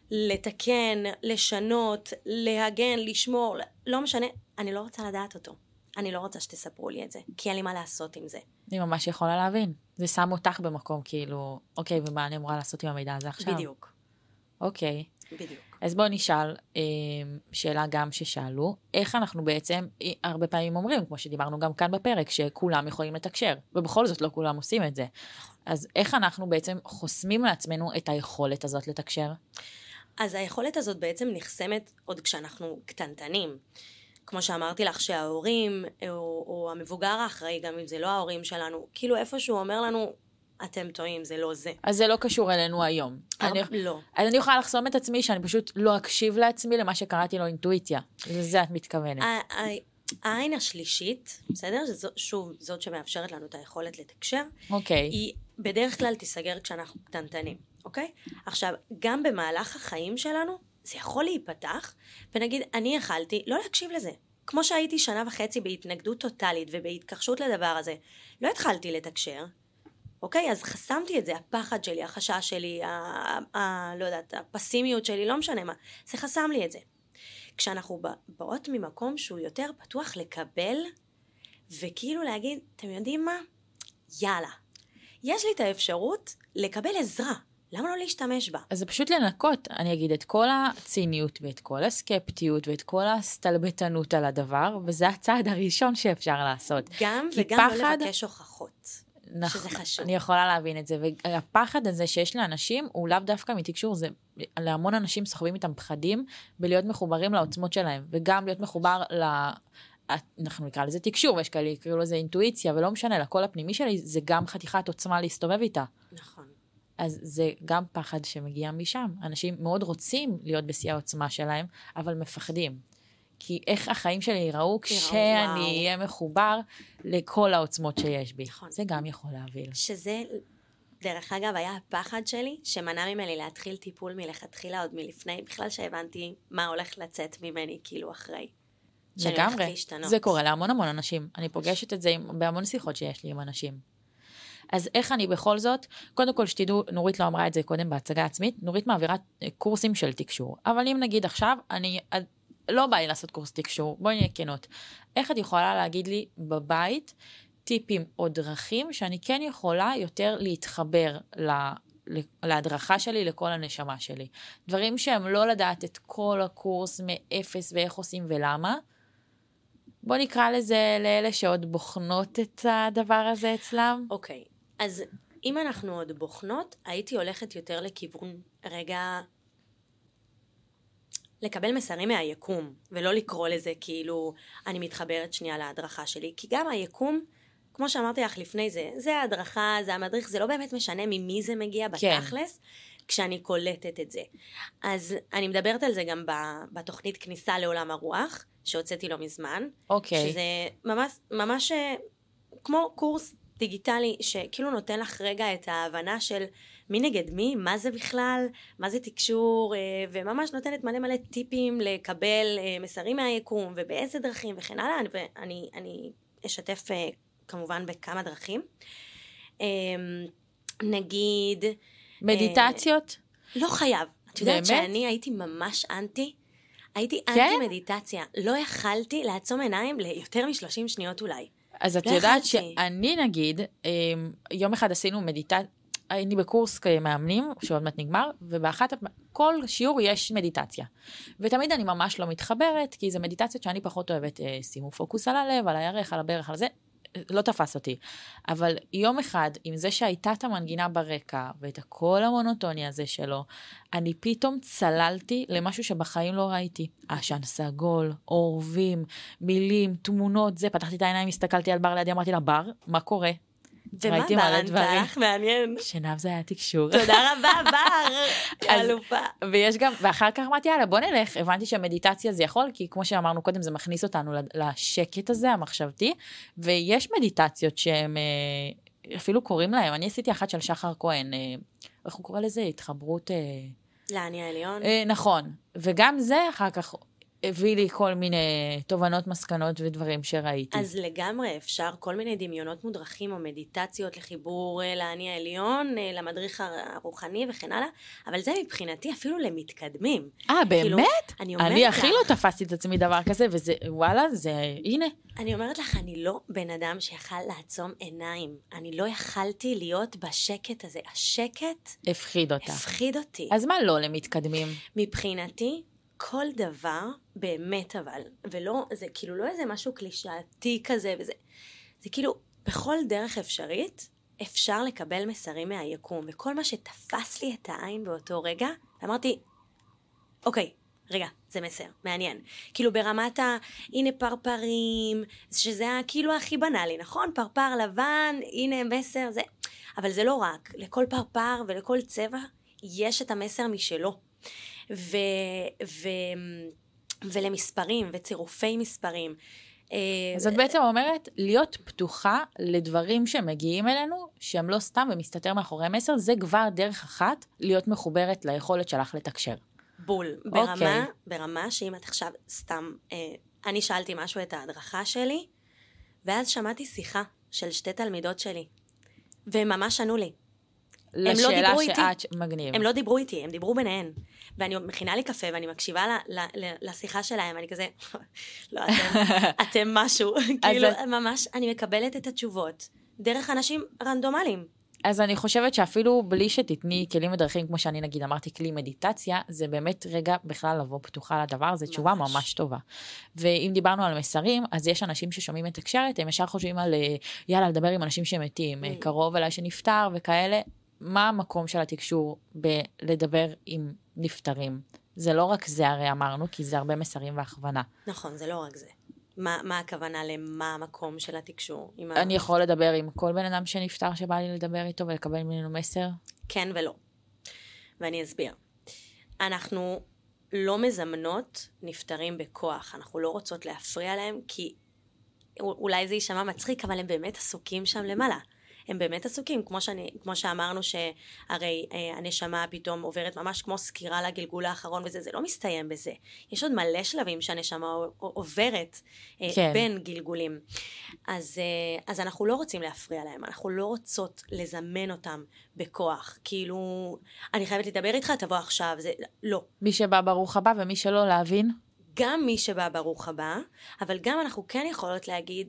לתקן, לשנות, להגן, לשמור, לא משנה, אני לא רוצה לדעת אותו. אני לא רוצה שתספרו לי את זה, כי אין לי מה לעשות עם זה. אני ממש יכולה להבין. זה שם אותך במקום, כאילו, אוקיי, ומה אני אמורה לעשות עם המידע הזה עכשיו? בדיוק. אוקיי. בדיוק. אז בואו נשאל שאלה גם ששאלו, איך אנחנו בעצם, הרבה פעמים אומרים, כמו שדיברנו גם כאן בפרק, שכולם יכולים לתקשר, ובכל זאת לא כולם עושים את זה. אז איך אנחנו בעצם חוסמים לעצמנו את היכולת הזאת לתקשר? אז היכולת הזאת בעצם נחסמת עוד כשאנחנו קטנטנים. כמו שאמרתי לך שההורים, או המבוגר האחראי, גם אם זה לא ההורים שלנו, כאילו איפשהו אומר לנו, אתם טועים, זה לא זה. אז זה לא קשור אלינו היום. לא. אז אני יכולה לחסום את עצמי שאני פשוט לא אקשיב לעצמי למה שקראתי לו אינטואיציה. לזה את מתכוונת. העין השלישית, בסדר? שוב, זאת שמאפשרת לנו את היכולת לתקשר. אוקיי. היא בדרך כלל תיסגר כשאנחנו קטנטנים, אוקיי? עכשיו, גם במהלך החיים שלנו, זה יכול להיפתח, ונגיד, אני יכלתי לא להקשיב לזה. כמו שהייתי 1.5 שנה בהתנגדות טוטלית ובהתכחשות לדבר הזה, לא התחלתי לתקשר, אוקיי? אז חסמתי את זה, הפחד שלי, החשש שלי, לא יודעת, הפסימיות שלי, לא משנה מה. זה חסם לי את זה. כשאנחנו באות ממקום שהוא יותר פתוח לקבל, וכאילו להגיד, אתם יודעים מה? יאללה. יש לי את האפשרות לקבל עזרה. למה לא להשתמש בה? אז זה פשוט לנקות, אני אגיד, את כל הציניות ואת כל הסקפטיות ואת כל הסטלבטנות על הדבר, וזה הצעד הראשון שאפשר לעשות. גם וגם לא לבקש הוכחות. שזה חשוב. אני יכולה להבין את זה, והפחד הזה שיש לאנשים הוא לאו דווקא מתקשור, זה להמון אנשים סוחבים איתם פחדים בלהיות מחוברים לעוצמות שלהם, וגם להיות מחובר אנחנו נקרא לזה תקשור, ויש כאלה יקראו לזה אינטואיציה, ולא משנה, לקול הפנימי שלי זה גם חתיכת עוצמה להסתובב איתה. נכון. אז זה גם פחד שמגיע משם. אנשים מאוד רוצים להיות בשיא העוצמה שלהם, אבל מפחדים. כי איך החיים שלי ייראו כשאני אהיה מחובר לכל העוצמות שיש בי. נכון. זה גם יכול להוביל. שזה, דרך אגב, היה הפחד שלי, שמנע ממני להתחיל טיפול מלכתחילה עוד מלפני, בכלל שהבנתי מה הולך לצאת ממני כאילו אחרי. לגמרי. זה קורה להמון אנשים. אני פוגשת את זה בהמון שיחות שיש לי עם אנשים. אז איך אני בכל זאת, קודם כל שתדעו, נורית לא אמרה את זה קודם בהצגה עצמית, נורית מעבירה קורסים של תקשור. אבל אם נגיד עכשיו, לא בא לי לעשות קורס תקשור, בואי נהיה כנות. איך את יכולה להגיד לי בבית טיפים או דרכים שאני כן יכולה יותר להתחבר להדרכה שלי, לכל הנשמה שלי. דברים שהם לא לדעת את כל הקורס מאפס ואיך עושים ולמה. בוא נקרא לזה לאלה שעוד בוחנות את הדבר הזה אצלם. אוקיי, אז אם אנחנו עוד בוחנות, הייתי הולכת יותר לכיוון רגע לקבל מסרים מהיקום, ולא לקרוא לזה כאילו אני מתחברת שנייה להדרכה שלי, כי גם היקום, כמו שאמרתי לך לפני זה ההדרכה, זה המדריך, זה לא באמת משנה ממי זה מגיע בתכלס, כשאני קולטת את זה. אז אני מדברת על זה גם בתוכנית כניסה לעולם הרוח, שהוצאתי לא מזמן, שזה ממש כמו קורס דיגיטלי, שכאילו נותן לך רגע את ההבנה של מי נגד מי, מה זה בכלל, מה זה תקשור, וממש נותנת מלא טיפים לקבל מסרים מהיקום, ובאיזה דרכים וכן הלאה, ואני אשתף כמובן בכמה דרכים. נגיד... מדיטציות? לא חייב. את יודעת שאני הייתי ממש אנטי מדיטציה. לא יכלתי לעצום עיניים ליותר מ-30 שניות אולי. אז את יודעת שאני נגיד, יום אחד עשינו מדיטציה, הייתי בקורס מאמנים, שעוד מעט נגמר, כל שיעור יש מדיטציה. ותמיד אני ממש לא מתחברת, כי זה מדיטציות שאני פחות אוהבת, שימו פוקוס על הלב, על הירך, על הברך, על זה. לא תפס אותי. אבל יום אחד, עם זה שהייתה את המנגינה ברקע, ואת הקול המונוטוני הזה שלו, אני פתאום צללתי למשהו שבחיים לא ראיתי. עשן סגול, אורבים, מילים, תמונות, זה, פתחתי את העיניים, הסתכלתי על בר לידי, אמרתי לה, בר, מה קורה? ומה ברנתך? מעניין. שנב זה היה תקשור. תודה רבה, בר, אלופה. ויש גם, ואחר כך אמרתי, יאללה, בוא נלך. הבנתי שמדיטציה זה יכול, כי כמו שאמרנו קודם, זה מכניס אותנו לשקט הזה, המחשבתי, ויש מדיטציות שהם אפילו קוראים להם. אני עשיתי אחת של שחר כהן, איך הוא קורא לזה? התחברות... לאני העליון. נכון. וגם זה אחר כך... הביא לי כל מיני תובנות, מסקנות ודברים שראיתי. אז לגמרי אפשר כל מיני דמיונות מודרכים או מדיטציות לחיבור לאני העליון, למדריך הרוחני וכן הלאה, אבל זה מבחינתי אפילו למתקדמים. באמת? כאילו, אני הכי לא תפסתי את עצמי דבר כזה, וזה, וואלה, זה, הנה. אני אומרת לך, אני לא בן אדם שיכל לעצום עיניים. אני לא יכלתי להיות בשקט הזה. השקט... הפחיד אותך. הפחיד אותי. אז מה לא למתקדמים? מבחינתי... כל דבר באמת אבל, ולא, זה כאילו לא איזה משהו קלישאתי כזה, וזה, זה כאילו, בכל דרך אפשרית, אפשר לקבל מסרים מהיקום, וכל מה שתפס לי את העין באותו רגע, אמרתי, אוקיי, רגע, זה מסר, מעניין. כאילו ברמת הנה פרפרים, שזה כאילו הכי בנאלי, נכון? פרפר לבן, הנה מסר, זה, אבל זה לא רק, לכל פרפר ולכל צבע, יש את המסר משלו. ולמספרים וצירופי מספרים. אז את בעצם אומרת, להיות פתוחה לדברים שמגיעים אלינו, שהם לא סתם ומסתתר מאחורי מסר, זה כבר דרך אחת להיות מחוברת ליכולת שלך לתקשר. בול. ברמה שאם את עכשיו סתם, אני שאלתי משהו את ההדרכה שלי, ואז שמעתי שיחה של 2 תלמידות שלי, והם ממש ענו לי. לשאלה שאת מגניב. הם לא דיברו איתי, הם דיברו ביניהן. ואני מכינה לי קפה, ואני מקשיבה לשיחה שלהם, אני כזה, לא, אתם משהו. כאילו, ממש, אני מקבלת את התשובות, דרך אנשים רנדומליים. אז אני חושבת שאפילו בלי שתתני כלים ודרכים, כמו שאני נגיד אמרתי, כלי מדיטציה, זה באמת רגע בכלל לבוא פתוחה לדבר, זו תשובה ממש טובה. ואם דיברנו על מסרים, אז יש אנשים ששומעים את הקשרת, הם ישר חושבים על, יאללה, לדבר עם אנשים שמתים, קרוב אליי שנפטר וכאלה, מה המקום של התקשור בלדבר עם נפטרים? זה לא רק זה הרי אמרנו, כי זה הרבה מסרים והכוונה. נכון, זה לא רק זה. מה הכוונה למה המקום של התקשור? אני יכול לדבר עם כל בן אדם שנפטר שבא לי לדבר איתו ולקבל ממנו מסר? כן ולא. ואני אסביר. אנחנו לא מזמנות נפטרים בכוח. אנחנו לא רוצות להפריע להם, כי אולי זה יישמע מצחיק, אבל הם באמת עסוקים שם למעלה. הם באמת עסוקים, כמו שאמרנו שהרי הנשמה פתאום עוברת ממש כמו סקירה לגלגול האחרון, וזה לא מסתיים בזה. יש עוד מלא שלבים שהנשמה עוברת בין גלגולים. אז אנחנו לא רוצים להפריע להם, אנחנו לא רוצות לזמן אותם בכוח. כאילו, אני חייבת לדבר איתך, תבוא עכשיו, זה לא. מי שבא ברוך הבא ומי שלא להבין? גם מי שבא ברוך הבא, אבל גם אנחנו כן יכולות להגיד,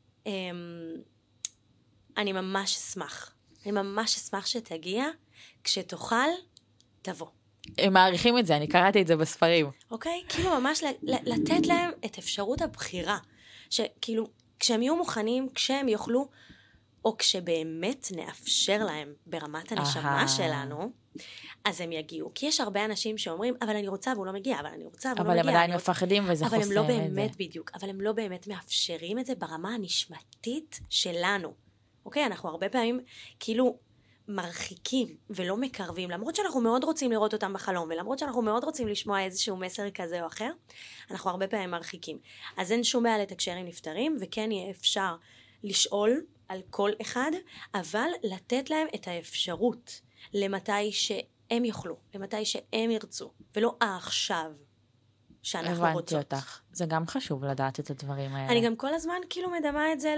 אני ממש אשמח שתגיע, כשתוכל, תבוא. הם מעריכים את זה, אני קראתי את זה בספרים. אוקיי? כאילו ממש לתת להם את אפשרות הבחירה, שכאילו, כשהם יהיו מוכנים, כשהם יוכלו, או כשבאמת נאפשר להם ברמת הנשמה שלנו, אז הם יגיעו. כי יש הרבה אנשים שאומרים, אבל אני רוצה והוא לא מגיע, אבל אני רוצה והוא לא מגיע. אבל הם עדיין מפחדים וזה חוסר את זה. אבל הם לא באמת בדיוק, אבל הם לא באמת מאפשרים את זה ברמה הנשמתית שלנו. אוקיי, אנחנו הרבה פעמים כאילו מרחיקים ולא מקרבים, למרות שאנחנו מאוד רוצים לראות אותם בחלום, ולמרות שאנחנו מאוד רוצים לשמוע איזשהו מסר כזה או אחר, אנחנו הרבה פעמים מרחיקים. אז אין שום בעיה לתקשר עם נפטרים, וכן יהיה אפשר לשאול על כל אחד, אבל לתת להם את האפשרות למתי שהם יוכלו, למתי שהם ירצו, ולא עכשיו שאנחנו רוצות. הבנתי אותך. זה גם חשוב לדעת את הדברים האלה. אני גם כל הזמן כאילו מדמה את זה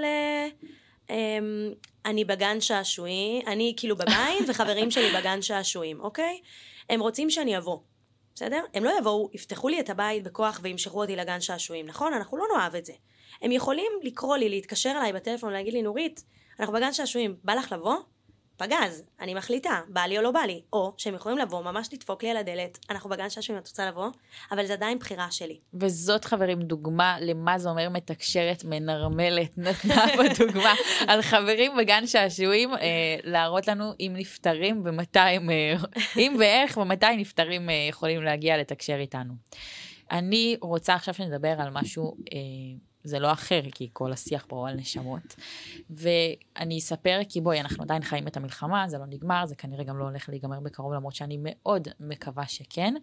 אני בגן שעשועים, אני כאילו בבית וחברים שלי בגן שעשועים, אוקיי? הם רוצים שאני אבוא, בסדר? הם לא יבואו, יפתחו לי את הבית בכוח וימשכו אותי לגן שעשועים, נכון? אנחנו לא נאהב את זה. הם יכולים לקרוא לי, להתקשר אליי בטלפון ולהגיד לי, נורית, אנחנו בגן שעשועים, בא לך לבוא? פגז, אני מחליטה, בא לי או לא בא לי, או שהם יכולים לבוא, ממש לדפוק לי על הדלת, אנחנו בגן שעשועים, את רוצה לבוא, אבל זה עדיין בחירה שלי. וזאת, חברים, דוגמה למה זה אומר מתקשרת, מנרמלת, נתנה פה דוגמה על חברים בגן שעשועים, להראות לנו אם נפטרים ומתי הם, אם ואיך ומתי נפטרים יכולים להגיע לתקשר איתנו. אני רוצה עכשיו שנדבר על משהו, זה לא אחר, כי כל השיח פה על נשמות, ואני אספר, כי בואי, אנחנו עדיין חיים את המלחמה, זה לא נגמר, זה כנראה גם לא הולך להיגמר בקרוב, למרות שאני מאוד מקווה שכן,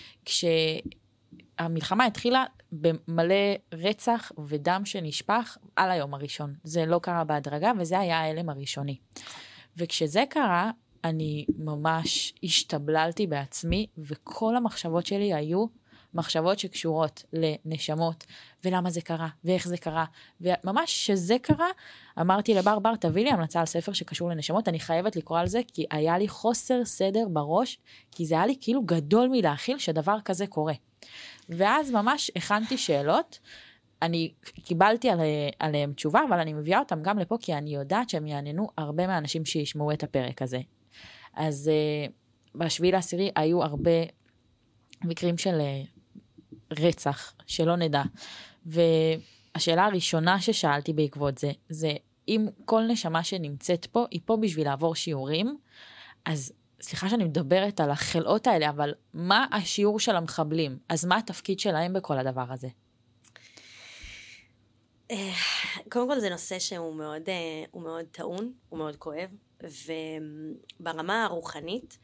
כשהמלחמה התחילה במלא רצח ודם שנשפך על היום הראשון, זה לא קרה בהדרגה, וזה היה האלם הראשוני. וכשזה קרה, אני ממש השתבללתי בעצמי, וכל המחשבות שלי היו מחשבות שקשורות לנשמות, ולמה זה קרה, ואיך זה קרה, וממש שזה קרה, אמרתי לבר, תביא לי המלצה על ספר שקשור לנשמות, אני חייבת לקרוא על זה, כי היה לי חוסר סדר בראש, כי זה היה לי כאילו גדול מלהכיל שדבר כזה קורה. ואז ממש הכנתי שאלות, אני קיבלתי עליהם תשובה, אבל אני מביאה אותם גם לפה, כי אני יודעת שהם יעננו הרבה מהאנשים שישמעו את הפרק הזה. אז ב7/10 היו הרבה מקרים של רצח, שלא נדע. והשאלה הראשונה ששאלתי בעקבות זה אם כל נשמה שנמצאת פה, היא פה בשביל לעבור שיעורים, אז סליחה שאני מדברת על החלאות האלה, אבל מה השיעור של המחבלים? אז מה התפקיד שלהם בכל הדבר הזה? קודם כל זה נושא שהוא מאוד טעון, הוא מאוד כואב, וברמה הרוחנית,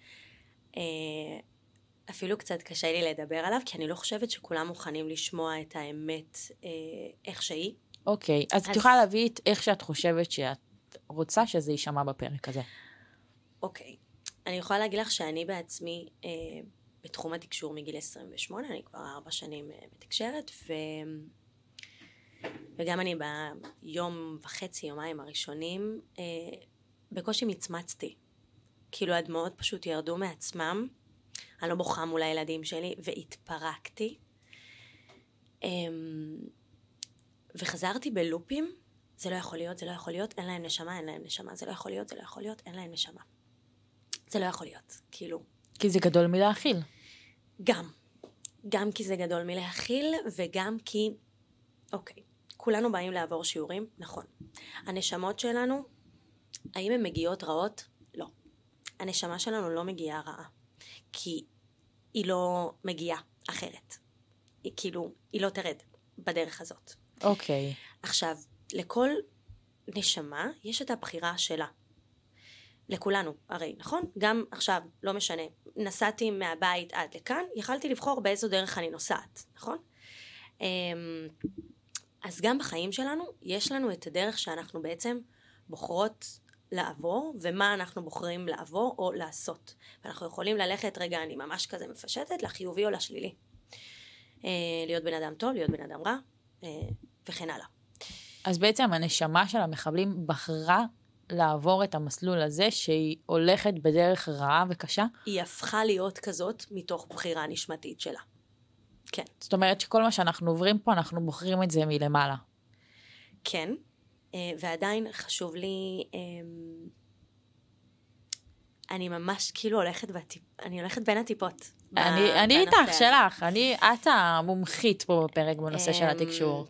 אפילו קצת קשה לי לדבר עליו, כי אני לא חושבת שכולם מוכנים לשמוע את האמת איך שהיא. אוקיי, אז את יכולה להביא את איך שאת חושבת שאת רוצה שזה יישמע בפרק הזה. אוקיי, אני יכולה להגיד לך שאני בעצמי בתחום התקשור מגיל 28, אני כבר 4 שנים מתקשרת, וגם אני ביום וחצי, יומיים הראשונים, בקושי מצמצתי. כאילו הדמעות פשוט ירדו מעצמם, אני לא בוכה מול הילדים שלי, והתפרקתי. וחזרתי בלופים, זה לא יכול להיות, זה לא יכול להיות, אין להם נשמה, אין להם נשמה, זה לא יכול להיות, זה לא יכול להיות, אין להם נשמה. זה לא יכול להיות, כאילו. כי זה גדול מלהכיל. גם כי זה גדול מלהכיל, וגם כי, אוקיי, כולנו באים לעבור שיעורים, נכון. הנשמות שלנו, האם הן מגיעות רעות? לא. הנשמה שלנו לא מגיעה רעה. כי היא לא מגיעה אחרת. היא לא תרד בדרך הזאת. אוקיי. עכשיו, לכל נשמה יש את הבחירה שלה. לכולנו, הרי, נכון? גם עכשיו, לא משנה, נסעתי מהבית עד לכאן, יכלתי לבחור באיזו דרך אני נוסעת, נכון? אז גם בחיים שלנו, יש לנו את הדרך שאנחנו בעצם בוחרות לעבור, ומה אנחנו בוחרים לעבור או לעשות. ואנחנו יכולים ללכת, רגע, אני ממש כזה מפשטת, לחיובי או לשלילי. להיות בן אדם טוב, להיות בן אדם רע, וכן הלאה. אז בעצם הנשמה של המחבלים בחרה לעבור את המסלול הזה, שהיא הולכת בדרך רעה וקשה? היא הפכה להיות כזאת מתוך בחירה נשמתית שלה. כן. זאת אומרת שכל מה שאנחנו עוברים פה, אנחנו בוחרים את זה מלמעלה. כן. ועדיין חשוב לי, אני ממש כאילו אני הולכת בין הטיפות. אני איתך, שלך, את המומחית פה בפרק בנושא של התקשור.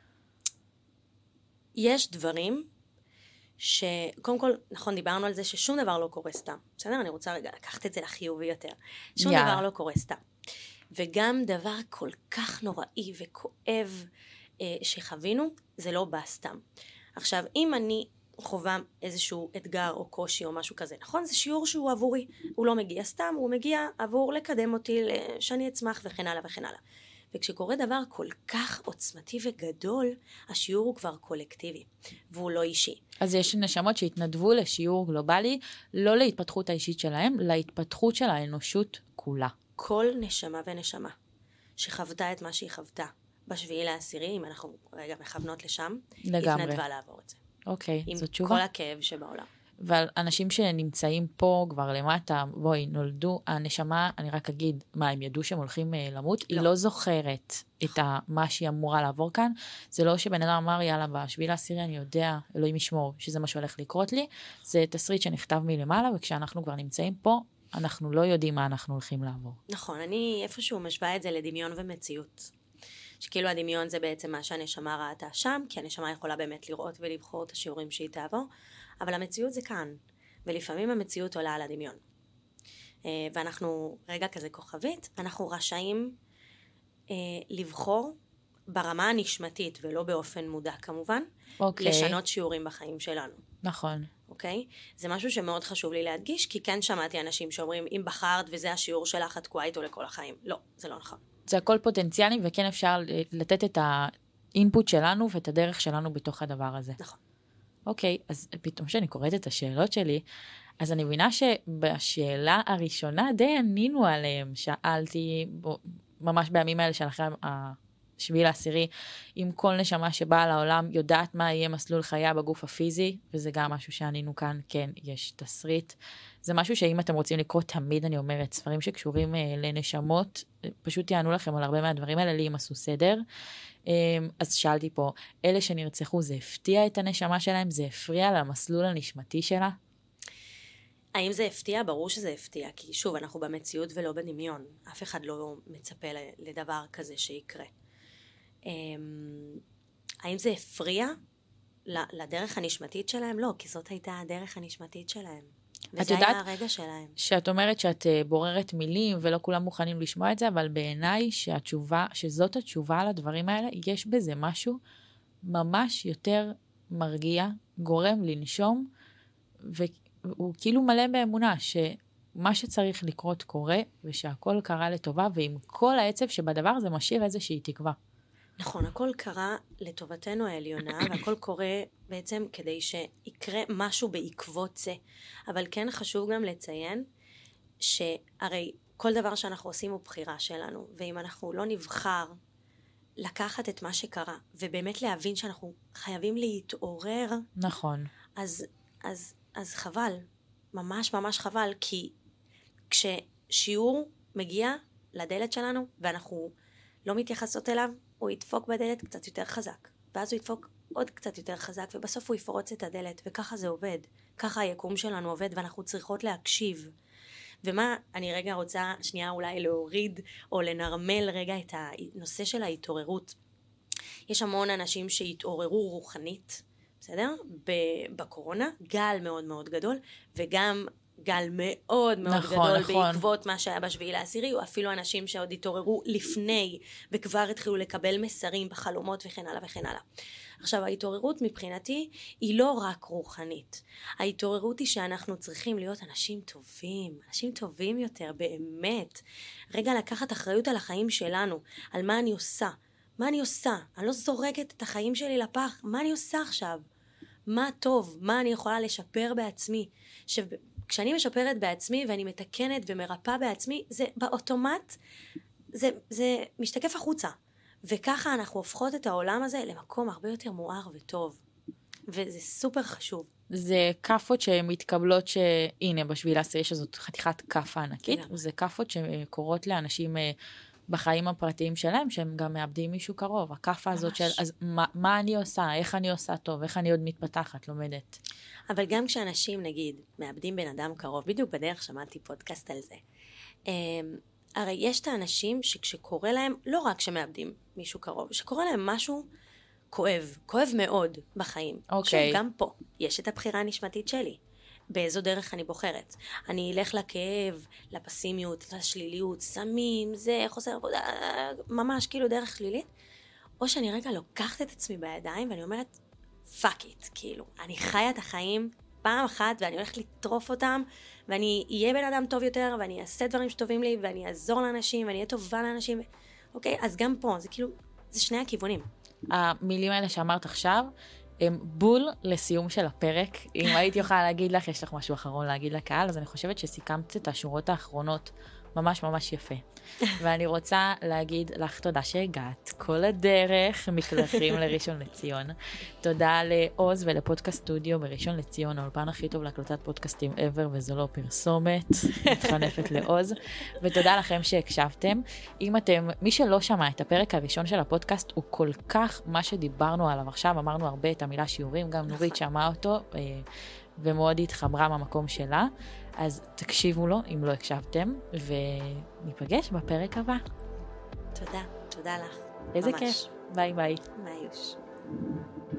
יש דברים שקודם כל, נכון, דיברנו על זה ששום דבר לא קורה סתם. בסדר? אני רוצה רגע לקחת את זה לחיובי יותר. שום דבר לא קורה סתם. וגם דבר כל כך נוראי וכואב שחווינו, זה לא בא סתם. עכשיו, אם אני חווה איזשהו אתגר או קושי או משהו כזה, נכון? זה שיעור שהוא עבורי. הוא לא מגיע סתם, הוא מגיע עבור לקדם אותי, שאני אצמח וכן הלאה וכן הלאה. וכשקורה דבר כל כך עוצמתי וגדול, השיעור הוא כבר קולקטיבי, והוא לא אישי. אז יש נשמות שהתנדבו לשיעור גלובלי, לא להתפתחות האישית שלהם, להתפתחות של האנושות כולה. כל נשמה ונשמה שחוותה את מה שהיא חוותה, ב7/10, אם אנחנו רגע מכוונות לשם, לגמרי. התנדבה לעבור את זה. אוקיי, זאת תשובה. עם כל הכאב שבעולם. ועל אנשים שנמצאים פה כבר למטה, בואי, נולדו, הנשמה, אני רק אגיד, מה, הם ידעו שהם הולכים למות? היא לא זוכרת את מה שהיא אמורה לעבור כאן. זה לא שבן אדם אמר, יאללה, בשביל העשירי אני יודע, אלוהים ישמור, שזה מה שהולך לקרות לי. זה תסריט שנכתב מלמעלה, וכשאנחנו כבר נמצאים פה, אנחנו לא יודעים מה אנחנו הולכים לעבור. נכון, אני איפשהו משווה את זה לדמיון ומציאות. שכאילו הדמיון זה בעצם מה שהנשמה ראתה שם, כי הנשמה יכולה באמת לראות ולבחור את השיעורים שהיא תעבור, אבל המציאות זה כאן, ולפעמים המציאות עולה על הדמיון. ואנחנו, רגע כזה כוכבית, אנחנו רשאים לבחור ברמה הנשמתית, ולא באופן מודע כמובן, לשנות שיעורים בחיים שלנו. נכון. אוקיי? זה משהו שמאוד חשוב לי להדגיש, כי כן שמעתי אנשים שאומרים, אם בחרת וזה השיעור שלך, את תקועה איתו לכל החיים. לא, זה לא נכון. זה הכל פוטנציאלי, וכן אפשר לתת את האינפוט שלנו ואת הדרך שלנו בתוך הדבר הזה. נכון. אוקיי, אז פתאום שאני קוראת את השאלות שלי, אז אני מבינה שבשאלה הראשונה די ענינו עליהם. שאלתי, ממש בימים האלה של אחרי השביעי לעשירי, אם כל נשמה שבאה לעולם יודעת מה יהיה מסלול חייה בגוף הפיזי, וזה גם משהו שענינו כאן, כן, יש תסריט. זה משהו שאם אתם רוצים לקרוא תמיד, אני אומרת, ספרים שקשורים לנשמות, פשוט יענו לכם על הרבה מהדברים האלה, לי הם עשו סדר. אז שאלתי פה, אלה שנרצחו, זה הפתיע את הנשמה שלהם? זה הפריע למסלול הנשמתי שלה? האם זה הפתיע? ברור שזה הפתיע, כי שוב, אנחנו במציאות ולא בדמיון. אף אחד לא מצפה לדבר כזה שיקרה. האם זה הפריע לדרך הנשמתית שלהם? לא, כי זאת הייתה הדרך הנשמתית שלהם. וזה היה הרגע שלהם. שאת אומרת שאת בוררת מילים ולא כולם מוכנים לשמוע את זה, אבל בעיניי שזאת התשובה לדברים האלה, יש בזה משהו ממש יותר מרגיע, גורם לנשום, והוא כאילו מלא באמונה שמה שצריך לקרות קורה, ושהכל קרה לטובה, ועם כל העצב שבדבר זה משאיר איזושהי תקווה. נכון, הכל קרה לטובתנו העליונה, והכל קורה בעצם כדי שיקרה משהו בעקבות זה. אבל כן חשוב גם לציין שהרי כל דבר שאנחנו עושים הוא בחירה שלנו, ואם אנחנו לא נבחר לקחת את מה שקרה, ובאמת להבין שאנחנו חייבים להתעורר, נכון. אז חבל, ממש ממש חבל, כי כששיעור מגיע לדלת שלנו, ואנחנו לא מתייחסות אליו, הוא ידפוק בדלת קצת יותר חזק, ואז הוא ידפוק עוד קצת יותר חזק, ובסוף הוא יפרוץ את הדלת, וככה זה עובד. ככה היקום שלנו עובד, ואנחנו צריכות להקשיב. ומה, אני רגע רוצה שנייה אולי להוריד, או לנרמל רגע את הנושא של ההתעוררות. יש המון אנשים שהתעוררו רוחנית, בסדר? בקורונה, גל מאוד מאוד גדול, וגם גל מאוד מאוד גדול בעקבות מה שהיה בשביעי לעשירי, או אפילו אנשים שעוד התעוררו לפני, וכבר התחילו לקבל מסרים בחלומות וכן הלאה וכן הלאה. עכשיו, ההתעוררות מבחינתי היא לא רק רוחנית. ההתעוררות היא שאנחנו צריכים להיות אנשים טובים יותר, באמת. רגע לקחת אחריות על החיים שלנו, על מה אני עושה. אני לא זורקת את החיים שלי לפח, מה אני עושה עכשיו? מה טוב? מה אני יכולה לשפר בעצמי? כשאני משפרת בעצמי ואני מתקנת ומרפא בעצמי, זה באוטומט, זה משתקף החוצה. וככה אנחנו הופכות את העולם הזה למקום הרבה יותר מואר וטוב. וזה סופר חשוב. זה כפות שמתקבלות שהנה בשביל לעשירי שזאת חתיכת כפה ענקית. זה כפות שקורות לאנשים בחיים הפרטיים שלהם, שהם גם מאבדים מישהו קרוב. הכפה הזאת של, אז מה אני עושה? איך אני עושה טוב? איך אני עוד מתפתחת, לומדת? אבל גם כשאנשים, נגיד, מאבדים בן אדם קרוב, בדיוק בדרך שמעתי פודקאסט על זה. הרי יש את האנשים שכשקורה להם, לא רק שמאבדים מישהו קרוב, שקורה להם משהו כואב מאוד בחיים. אוקיי. שגם פה, יש את הבחירה הנשמתית שלי. באיזו דרך אני בוחרת. אני אלך לכאב, לפסימיות, לשליליות, סמים, זה, חוסר עבודה, ממש כאילו דרך שלילית. או שאני רגע לוקחת את עצמי בידיים ואני אומרת, fuck it, כאילו. אני חיה את החיים פעם אחת ואני הולכת לטרוף אותם, ואני אהיה בן אדם טוב יותר, ואני אעשה דברים שטובים לי, ואני אעזור לאנשים, ואני אהיה טובה לאנשים. אוקיי? אז גם פה, זה כאילו, זה שני הכיוונים. המילים האלה שאמרת עכשיו, הם בול לסיום של הפרק. אם הייתי יכולה להגיד לך, יש לך משהו אחרון להגיד לקהל, אז אני חושבת שסיכמת את השורות האחרונות ממש ממש יפה. ואני רוצה להגיד לך תודה שהגעת כל הדרך מקלחים לראשון לציון. תודה לעוז ולפודקאסט סטודיו בראשון לציון, האולפן הכי טוב להקלטת פודקאסטים ever, וזו לא פרסומת, מתחנפת לעוז. ותודה לכם שהקשבתם. אם מי שלא שמע את הפרק הראשון של הפודקאסט, הוא כל כך מה שדיברנו עליו עכשיו, אמרנו הרבה את המילה שיעורים, גם נורית שמעה אותו, ומאוד התחברה מהמקום שלה. אז תקשיבו לו אם לא הקשבתם, וניפגש בפרק הבא. תודה, תודה לך. איזה כיף. ביי ביי. ביי.